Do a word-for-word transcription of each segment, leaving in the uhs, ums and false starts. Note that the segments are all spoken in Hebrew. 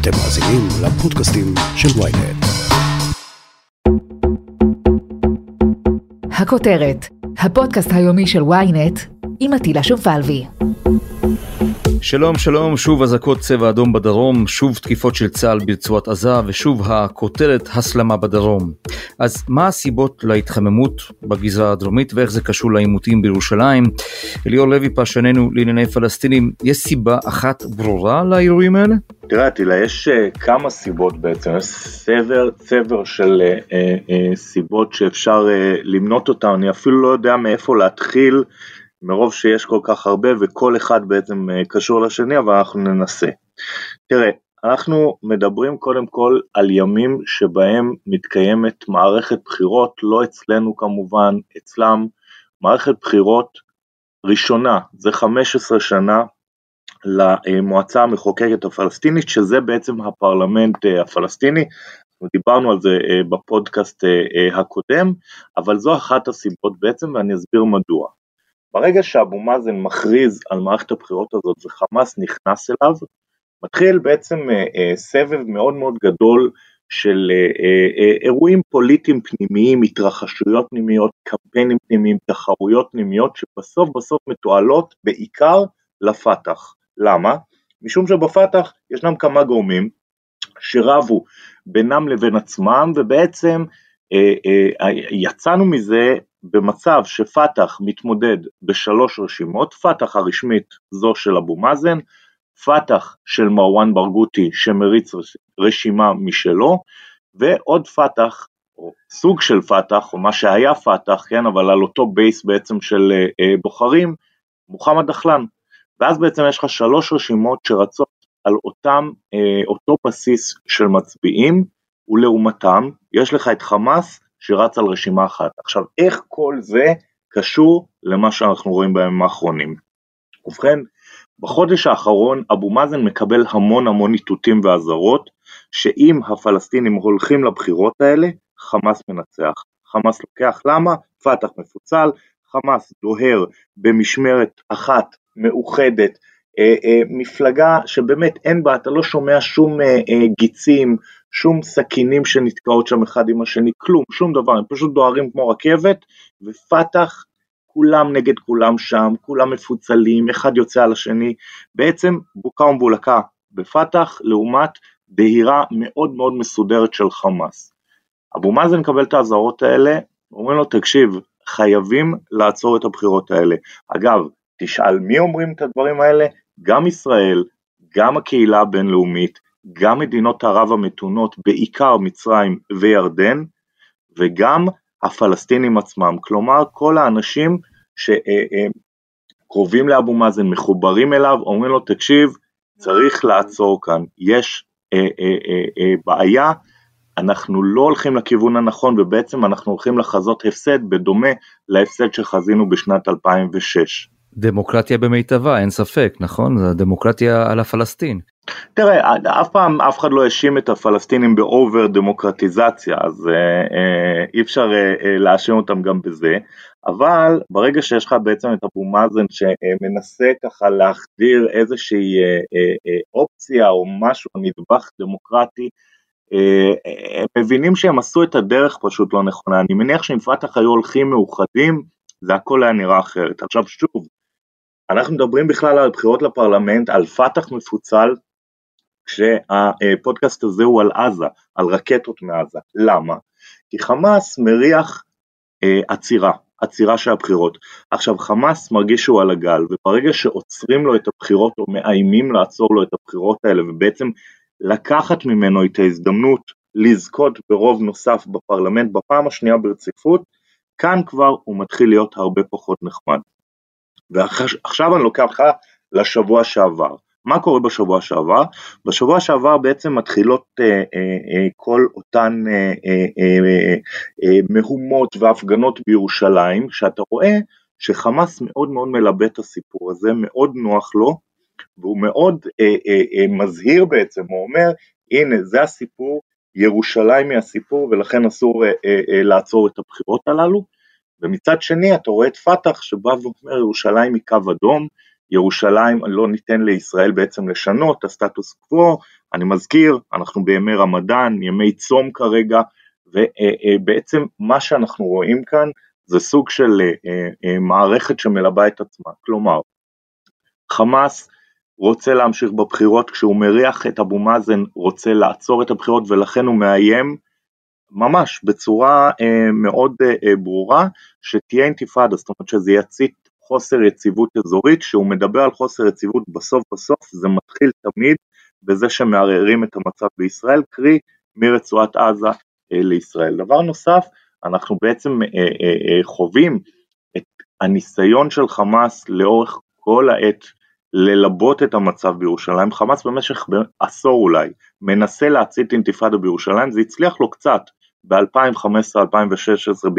אתם מאזינים לפודקאסטים של וויינט. הכותרת, הפודקאסט היומי של וויינט עם עטילה שומפלבי. שלום שלום, שוב אזעקות צבע אדום בדרום, שוב תקיפות של צה"ל ברצועת עזה ושוב הכותרת הסלמה בדרום. אז מה הסיבות להתחממות בגזרה הדרומית ואיך זה קשור לעימותים בירושלים? אליאור לוי פרשננו לענייני פלסטינים, יש סיבה אחת ברורה לאירועים האלה? תראה תילה, יש uh, כמה סיבות בעצם, יש סבר, צבר של uh, uh, סיבות שאפשר uh, למנות אותן, אני אפילו לא יודע מאיפה להתחיל, מרוב שיש כל כך הרבה וכל אחד בעצם קשור לשני, אבל אנחנו ננסה. תראה, אנחנו מדברים קודם כל על ימים שבהם מתקיימת מערכת בחירות, לא אצלנו כמובן, אצלם, מערכת בחירות ראשונה, זה חמש עשרה שנה למועצה המחוקקת הפלסטינית, שזה בעצם הפרלמנט הפלסטיני, דיברנו על זה בפודקאסט הקודם, אבל זו אחת הסיבות בעצם ואני אסביר מדוע. ברגע שאבו מאזן מכריז על מערכת הבחירות הזאת וחמאס נכנס אליו, מתחיל בעצם אה, סבב מאוד מאוד גדול של אה, אה, אירועים פוליטיים פנימיים, התרחשויות פנימיות, קמפיינים פנימיים, תחרויות פנימיות, שבסוף בסוף מתועלות בעיקר לפתח. למה? משום שבפתח ישנם כמה גורמים שרבו בינם לבין עצמם, ובעצם אה, אה, יצאנו מזה, במצב שפתח מתמודד בשלוש רשימות, פתח הרשמית זו של אבו מאזן, פתח של מרואן ברגותי שמריץ רשימה משלו, ועוד פתח, או סוג של פתח, או מה שהיה פתח, כן, אבל על אותו בייס בעצם של אה, בוחרים, מוחמד דחלן. ואז בעצם יש לך שלוש רשימות שרצות על אותם, אה, אותו בסיס של מצביעים, ולעומתם יש לך את חמאס, שרץ על רשימה אחת. עכשיו, איך כל זה קשור למה שאנחנו רואים בימים האחרונים? ובכן, בחודש האחרון, אבו מאזן מקבל המון המון איתותים ועזרות, שאם הפלסטינים הולכים לבחירות האלה, חמאס מנצח. חמאס לוקח, למה? פתח מפוצל, חמאס דוהר במשמרת אחת מאוחדת, אה, אה, מפלגה שבאמת אין בה, אתה לא שומע שום אה, אה, גיצים, שום סכינים שנתקעות שם אחד עם השני, כלום, שום דבר, הם פשוט דוהרים כמו רכבת, ופתח כולם נגד כולם שם, כולם מפוצלים, אחד יוצא על השני, בעצם בוקה ומבולקה בפתח, לעומת דהירה מאוד מאוד מסודרת של חמאס. אבו מאזן מקבל את האזהרות האלה, אומרים לו, תקשיב, חייבים לעצור את הבחירות האלה. אגב, תשאל מי אומרים את הדברים האלה? גם ישראל, גם הקהילה הבינלאומית, גם מדינות ערב המתונות, בעיקר מצרים וירדן, וגם הפלסטינים עצמם, כלומר כל האנשים שקרובים לאבו מאזן, מחוברים אליו, אומרים לו תקשיב, צריך לעצור כאן, יש אה, אה, אה, אה, בעיה, אנחנו לא הולכים לכיוון הנכון, ובעצם אנחנו הולכים לחזות הפסד, בדומה להפסד שחזינו בשנת אלפיים ושש. דמוקרטיה במיטבה, אין ספק, נכון? זה דמוקרטיה על הפלסטין. תראה, אף פעם אף אחד לא האשים את הפלסטינים באובר דמוקרטיזציה, אז אה, אה, אי אפשר אה, להאשים אותם גם בזה, אבל ברגע שיש לך בעצם את אבו מאזן שמנסה ככה להחדיר איזושהי אה, אה, אופציה או משהו, נדבך דמוקרטי, אה, הם מבינים שהם עשו את הדרך פשוט לא נכונה, אני מניח שאם פתח היו הולכים מאוחדים, זה הכל היה נראה אחרת. עכשיו שוב, אנחנו מדברים בכלל על בחירות לפרלמנט, על פתח מפוצל, כשהפודקאסט הזה הוא על עזה, על רקטות מעזה. למה? כי חמאס מריח אה, עצירה, עצירה של הבחירות. עכשיו חמאס מרגיש שהוא על הגל, וברגע שעוצרים לו את הבחירות, או מאיימים לעצור לו את הבחירות האלה, ובעצם לקחת ממנו את ההזדמנות לזכות ברוב נוסף בפרלמנט, בפעם השנייה ברציפות, כאן כבר הוא מתחיל להיות הרבה פחות נחמד. ועכשיו אני לוקח לך לשבוע שעבר. מה קורה בשבוע שעבר? בשבוע שעבר בעצם מתחילות אה, אה, אה, כל אותן אה, אה, אה, אה, מהומות והפגנות בירושלים, שאתה רואה שחמאס מאוד מאוד מלבה את הסיפור הזה, מאוד נוח לו, והוא מאוד אה, אה, אה, מזהיר בעצם, הוא אומר, הנה זה הסיפור, ירושלים היא הסיפור, ולכן אסור אה, אה, אה, לעצור את הבחירות הללו, ומצד שני אתה רואה את פתח שבא ואומר ירושלים היא קו אדום, ירושלים לא ניתן לישראל בעצם לשנות, הסטטוס קוו, אני מזכיר, אנחנו בימי רמדאן, ימי צום כרגע, ובעצם מה שאנחנו רואים כאן, זה סוג של מערכת שמלבה את עצמה, כלומר, חמאס רוצה להמשיך בבחירות, כשהוא מריח את אבו מאזן, רוצה לעצור את הבחירות, ולכן הוא מאיים, ממש בצורה מאוד ברורה, שתהיה אינתיפאדה, זאת אומרת שזה יצית חוסר יציבות אזורית, שהוא מדבר על חוסר יציבות בסוף בסוף, זה מתחיל תמיד בזה שמערערים את המצב בישראל, קרי מרצועת עזה לישראל. דבר נוסף, אנחנו בעצם חווים את הניסיון של חמאס לאורך כל העת, ללבות את המצב בירושלים. חמאס במשך עשור אולי, מנסה להצית אינתיפאדה בירושלים, זה הצליח לו קצת, ב-אלפיים וחמש עשרה אלפיים ושש עשרה,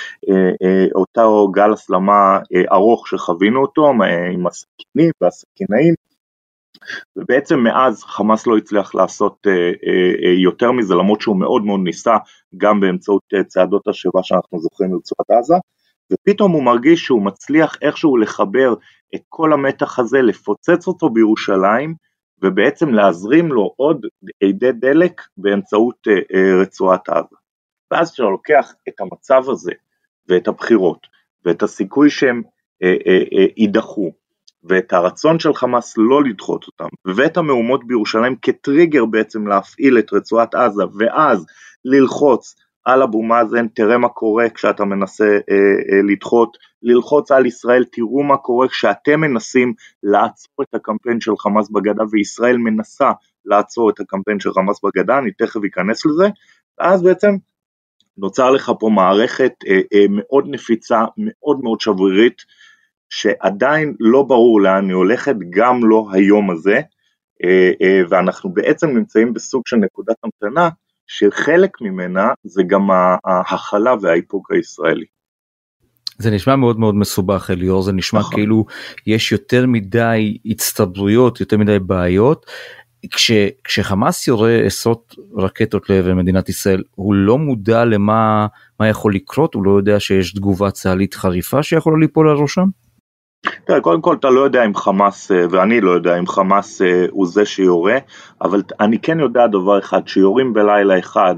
באותו גל הסלמה ארוך שחווינו אותו, עם הסכינים והסכינאים, ובעצם מאז חמאס לא הצליח לעשות יותר מזה, למרות שהוא מאוד מאוד ניסה, גם באמצעות צעדות השיבה שאנחנו זוכרים ברצועת עזה, ופתאום הוא מרגיש שהוא מצליח איכשהו לחבר את כל המתח הזה, לפוצץ אותו בירושלים, ובעצם להזרים לו עוד עדי דלק באמצעות רצועת עזה. ואז כשאתה לוקח את המצב הזה, ואת הבחירות, ואת הסיכוי שהם יידחו, ואת הרצון של חמאס לא לדחות אותם, ואת המהומות בירושלים כטריגר בעצם להפעיל את רצועת עזה, ואז ללחוץ על אבו מאזן, תראה מה קורה כשאתה מנסה אה, אה, לדחות, ללחוץ על ישראל, תראו מה קורה כשאתם מנסים לעצור את הקמפיין של חמאס בגדה, וישראל מנסה לעצור את הקמפיין של חמאס בגדה, אני תכף אכנס לזה, ואז בעצם נוצר לך פה מערכת אה, אה, מאוד נפיצה, מאוד מאוד שברירית, שעדיין לא ברור לאן היא הולכת, גם לא היום הזה, אה, אה, ואנחנו בעצם נמצאים בסוג של נקודת המתנה, שחלק ממנה זה גם ההחלה והאיפוק הישראלי. זה נשמע מאוד מאוד מסובך, אליאור, זה נשמע נכון. כאילו יש יותר מדי הצטברויות, יותר מדי בעיות, כש, כשחמאס יורה עשרות רקטות לעבר מדינת ישראל, הוא לא מודע למה מה יכול לקרות, הוא לא יודע שיש תגובה צה"לית חריפה שיכולה ליפול על ראשם? תראה, קודם כל אתה לא יודע אם חמאס, ואני לא יודע אם חמאס הוא זה שיורה, אבל אני כן יודע דבר אחד, שיורים בלילה אחד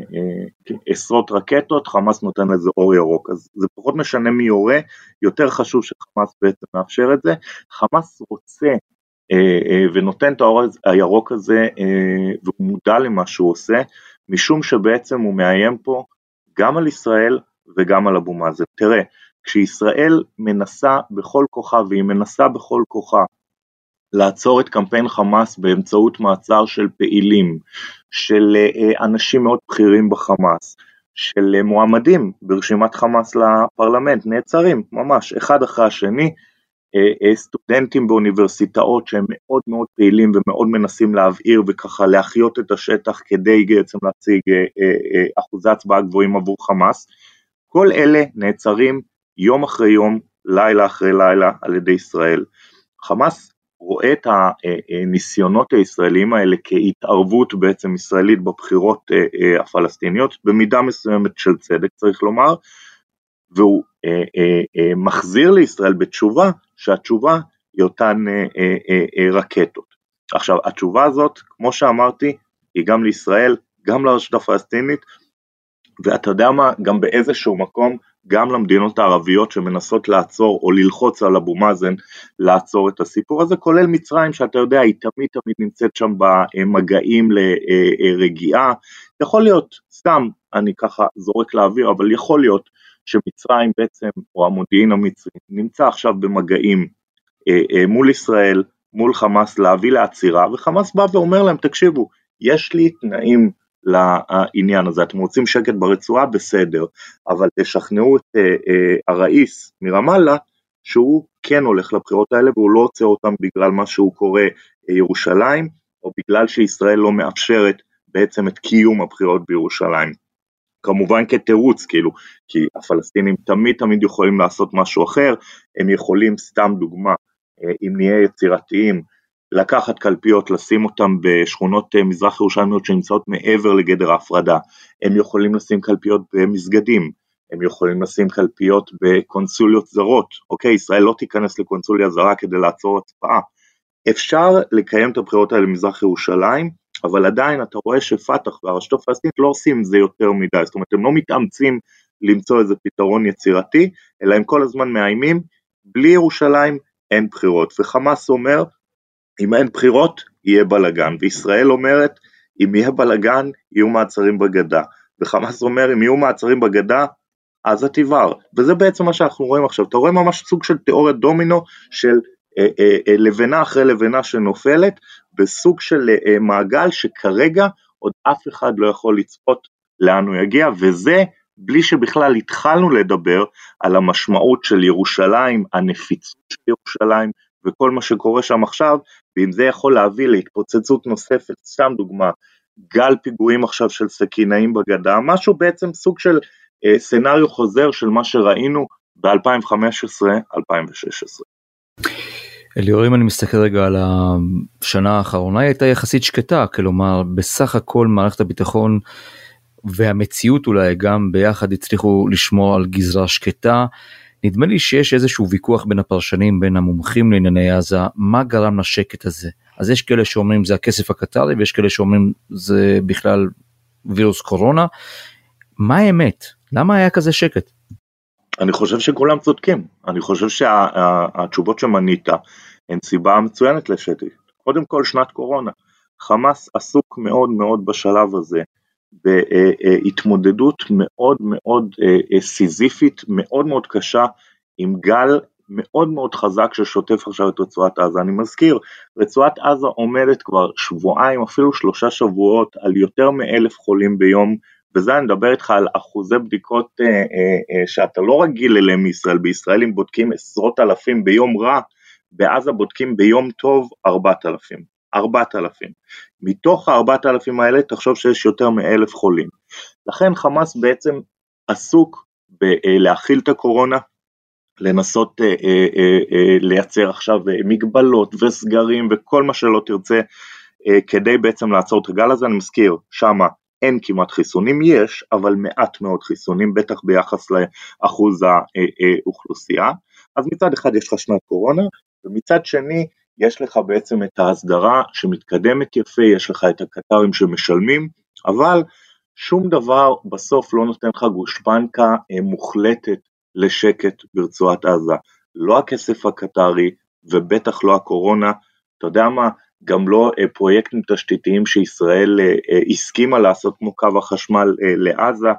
עשרות רקטות, חמאס נותן לזה אור ירוק, אז זה פחות משנה מי יורה, יותר חשוב שחמאס בעצם מאפשר את זה, חמאס רוצה ונותן את האור הירוק הזה, והוא מודע למה שהוא עושה, משום שבעצם הוא מאיים פה גם על ישראל וגם על אבו מאזן. תראה, כשישראל מנסה בכל כוחה, והיא מנסה בכל כוחה, לעצור את קמפיין חמאס באמצעות מעצר של פעילים, של אנשים מאוד בכירים בחמאס, של מועמדים ברשימת חמאס לפרלמנט, נעצרים ממש, אחד אחרי השני, סטודנטים באוניברסיטאות שהם מאוד מאוד פעילים ומאוד מנסים להבעיר וככה להחיות את השטח כדי בעצם להציג אחוזי הצבעה גבוהים עבור חמאס, כל אלה נעצרים יום אחרי יום, לילה אחרי לילה על ידי ישראל. חמאס רואה את הניסיונות הישראלים האלה כהתערבות בעצם ישראלית בבחירות הפלסטיניות, במידה מסוימת של צדק צריך לומר, והוא מחזיר לישראל בתשובה, שהתשובה היא אותן רקטות. עכשיו, התשובה הזאת, כמו שאמרתי, היא גם לישראל, גם לרשות הפלסטינית, ואתה יודע מה, גם באיזשהו מקום, גם למדינות הערביות שמנסות לעצור או ללחוץ על אבו מאזן לעצור את הסיפור הזה, כולל מצרים שאתה יודע היא תמיד תמיד נמצאת שם במגעים לרגיעה, יכול להיות, סתם אני ככה זורק לאוויר, אבל יכול להיות שמצרים בעצם, או המודיעין המצרי, נמצא עכשיו במגעים מול ישראל, מול חמאס להביא לעצירה, וחמאס בא ואומר להם תקשיבו, יש לי תנאים לעניין הזה, אתם רוצים שקט ברצועה, בסדר, אבל תשכנעו את הראיס מרמאללה, שהוא כן הולך לבחירות האלה, והוא לא עוצר אותם בגלל מה שהוא קורא ירושלים, או בגלל שישראל לא מאפשרת בעצם את קיום הבחירות בירושלים. כמובן כתירוץ, כאילו, כי הפלסטינים תמיד תמיד יכולים לעשות משהו אחר, הם יכולים, סתם דוגמה, אם נהיה יצירתיים, לקחת קלפיות, לשים אותם בשכונות מזרח ירושלמיות שנמצאות מעבר לגדר ההפרדה, הם יכולים לשים קלפיות במסגדים, הם יכולים לשים קלפיות בקונסוליות זרות, אוקיי, ישראל לא תיכנס לקונסוליה זרה כדי לעצור הצבעה, אפשר לקיים את הבחירות האלה במזרח ירושלים, אבל עדיין אתה רואה שפתח והרשות הפלסטינית לא עושים זה יותר מדי, זאת אומרת הם לא מתאמצים למצוא איזה פתרון יצירתי, אלא הם כל הזמן מאיימים, בלי ירושלים אין בחירות, וחמאס אומר, אם אין בחירות יהיה בלגן, וישראל אומרת, אם יהיה בלגן יהיו מעצרים בגדה, וחמאס אומר, אם יהיו מעצרים בגדה, אז התיבר, וזה בעצם מה שאנחנו רואים עכשיו, אתה רואה ממש סוג של תיאוריית דומינו, של אה, אה, אה, לבנה אחרי לבנה שנופלת, בסוג של אה, מעגל שכרגע עוד אף אחד לא יכול לצפות לאן הוא יגיע, וזה בלי שבכלל התחלנו לדבר על המשמעות של ירושלים, הנפיצות של ירושלים, וכל מה שקורה שם עכשיו, ואם זה יכול להביא להתפוצצות נוספת, סתם דוגמה, גל פיגועים עכשיו של סכינאים בגדה, משהו בעצם סוג של אה, סנריו חוזר של מה שראינו ב-אלפיים וחמש עשרה אלפיים ושש עשרה. אליאור, אם אני מסתכל רגע על השנה האחרונה, היא הייתה יחסית שקטה, כלומר בסך הכל מערכת הביטחון והמציאות אולי גם ביחד הצליחו לשמור על גזרה שקטה. נדמה לי שיש איזשהו ויכוח בין הפרשנים, בין המומחים לענייני עזה, מה גרם לשקט הזה. אז יש כאלה שאומרים זה הכסף הקטרי, ויש כאלה שאומרים זה בכלל וירוס קורונה. מה האמת? למה היה כזה שקט? אני חושב שכולם צודקים. אני חושב שהתשובות שמנית הן סיבה מצוינת לשקט. קודם כל שנת קורונה. חמאס עסוק מאוד מאוד בשלב הזה, בהתמודדות מאוד מאוד סיזיפית, מאוד מאוד קשה, עם גל מאוד מאוד חזק ששוטף עכשיו את רצועת עזה. אני מזכיר, רצועת עזה עומדת כבר שבועיים, אפילו שלושה שבועות, על יותר מאלף חולים ביום, וזה אני מדבר איתך על אחוזי בדיקות אה, אה, אה, שאתה לא רגיל אליהם מישראל, בישראל הם בודקים עשרות אלפים ביום רע, בעזה בודקים ביום טוב ארבעת אלפים, ארבעת אלפים, מתוך הארבעת אלפים האלה תחשוב שיש יותר מאלף חולים, לכן חמאס בעצם עסוק בלהכיל את הקורונה, לנסות אה, אה, אה, לייצר עכשיו מגבלות וסגרים וכל מה שלא תרצה, אה, כדי בעצם לעצור את הגל הזה. אני מזכיר, שמה אין כמעט חיסונים, יש, אבל מעט מאוד חיסונים, בטח ביחס לאחוז האוכלוסייה, אז מצד אחד יש לך שנת קורונה, ומצד שני יש לך בעצם את ההסדרה שמתקדמת יפה, יש לך את הקטרים שמשלמים, אבל שום דבר בסוף לא נותן לך גושפנקה מוחלטת לשקט ברצועת עזה, לא הכסף הקטרי, ובטח לא הקורונה, אתה יודע מה, גם לא פרויקטים תשתיתיים שישראל הסכימה לעשות כמו קו החשמל לעזה,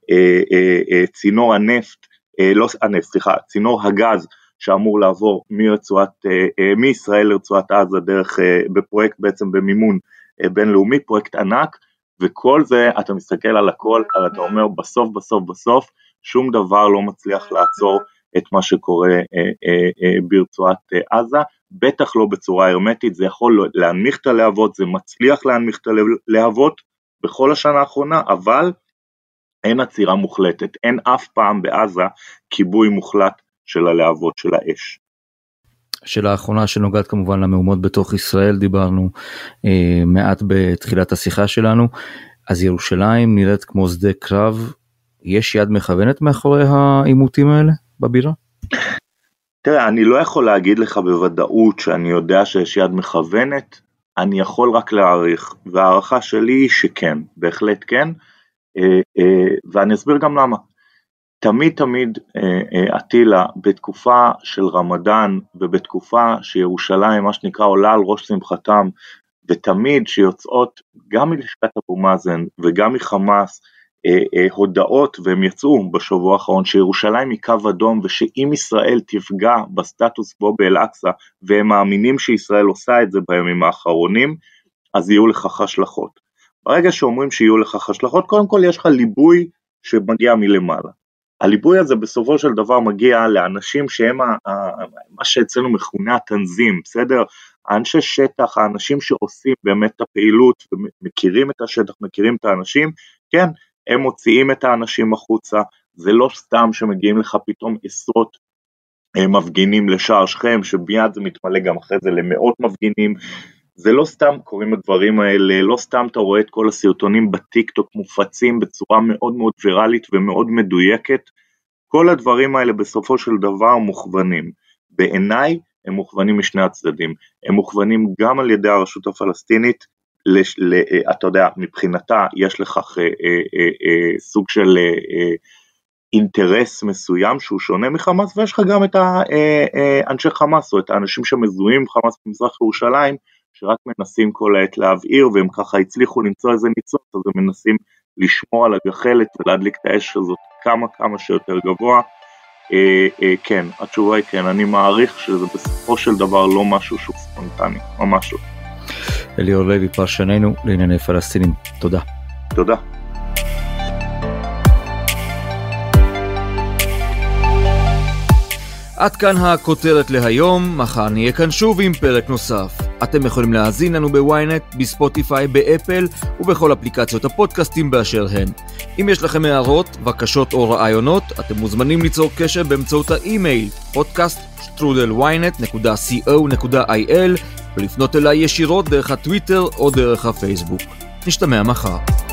צינור הנפט, לא הנפט, סליחה, צינור הגז שאמור לעבור מרצועת, מישראל לרצועת עזה דרך, בפרויקט בעצם במימון בינלאומי, פרויקט ענק, וכל זה אתה מסתכל על הכל, אתה אומר בסוף בסוף בסוף, שום דבר לא מצליח לעצור את מה שקורה אה, אה, אה, ברצועת אה, עזה, בטח לא בצורה הרמטית, זה יכול להנמיך את הלהבות, זה מצליח להנמיך את הלהבות בכל השנה האחרונה, אבל אין עצירה מוחלטת, אין אף פעם בעזה כיבוי מוחלט של הלהבות, של האש. השאלה האחרונה שנוגעת כמובן למהומות בתוך ישראל, דיברנו אה, מעט בתחילת השיחה שלנו, אז ירושלים נראית כמו שדה קרב, יש יד מכוונת מאחורי העימותים האלה בבירה? תראה, אני לא יכול להגיד לך בוודאות שאני יודע שיש יד מכוונת, אני יכול רק להעריך, והערכה שלי היא שכן, בהחלט כן, ואני אסביר גם למה. תמיד תמיד עתילה, בתקופה של רמדאן, ובתקופה שירושלים, מה שנקרא, עולה על ראש שמחתם, ותמיד שיוצאות גם מלשכת אבו מאזן, וגם מחמאס, הודעות, והם יצאו בשבוע האחרון שירושלים היא קו אדום, ושאם ישראל תפגע בסטטוס קוו באל-אקצה, והם מאמינים שישראל עושה את זה בימים האחרונים, אז יהיו לכך השלכות. ברגע שאומרים שיהיו לכך השלכות, קודם כל יש לך ליבוי שמגיע מלמעלה. הליבוי הזה בסופו של דבר מגיע לאנשים שהם מה שאצלנו מכונה התנזים, בסדר? האנשי שטח, האנשים שעושים באמת את הפעילות, ומכירים את השטח, מכירים את האנשים, כן, הם מוציאים את האנשים החוצה, זה לא סתם שמגיעים לך פתאום עשרות מפגינים לשער שכם, שביד זה מתמלא גם אחרי זה למאות מפגינים, זה לא סתם קוראים הדברים האלה, לא סתם אתה רואה את כל הסרטונים בטיק טוק מופצים בצורה מאוד מאוד ויראלית ומאוד מדויקת, כל הדברים האלה בסופו של דבר מוכוונים. בעיניי הם מוכוונים משני הצדדים, הם מוכוונים גם על ידי הרשות הפלסטינית, לש, ל, אתה יודע, מבחינתה יש לכך אה, אה, אה, סוג של אה, אה, אינטרס מסוים שהוא שונה מחמאס, ויש לך גם את האנשי חמאס, או את האנשים שמזוהים חמאס במזרח ירושלים, שרק מנסים כל העת להבעיר, והם ככה הצליחו למצוא איזה ניצוץ, אז הם מנסים לשמור על הגחלת, ולהדליק את האש הזאת כמה כמה שיותר גבוה. אה, אה, כן, התשובה היא כן, אני מעריך שזה בסופו של דבר לא משהו שהוא ספונטני, ממש לא. אליאור לוי, פרשננו לענייני פלסטינים, תודה. תודה. עד כאן הכותרת להיום, מחר נהיה כאן שוב עם פרק נוסף. אתם יכולים להאזין לנו בוויינט, בספוטיפיי, באפל ובכל אפליקציות הפודקאסטים באשר הן. אם יש לכם הערות, בקשות או רעיונות, אתם מוזמנים ליצור קשר באמצעות האימייל פודקאסט שטרודל וויינט נקודה קו נקודה איי אל ולפנות אליי ישירות דרך הטוויטר או דרך הפייסבוק. נשתמע מחר.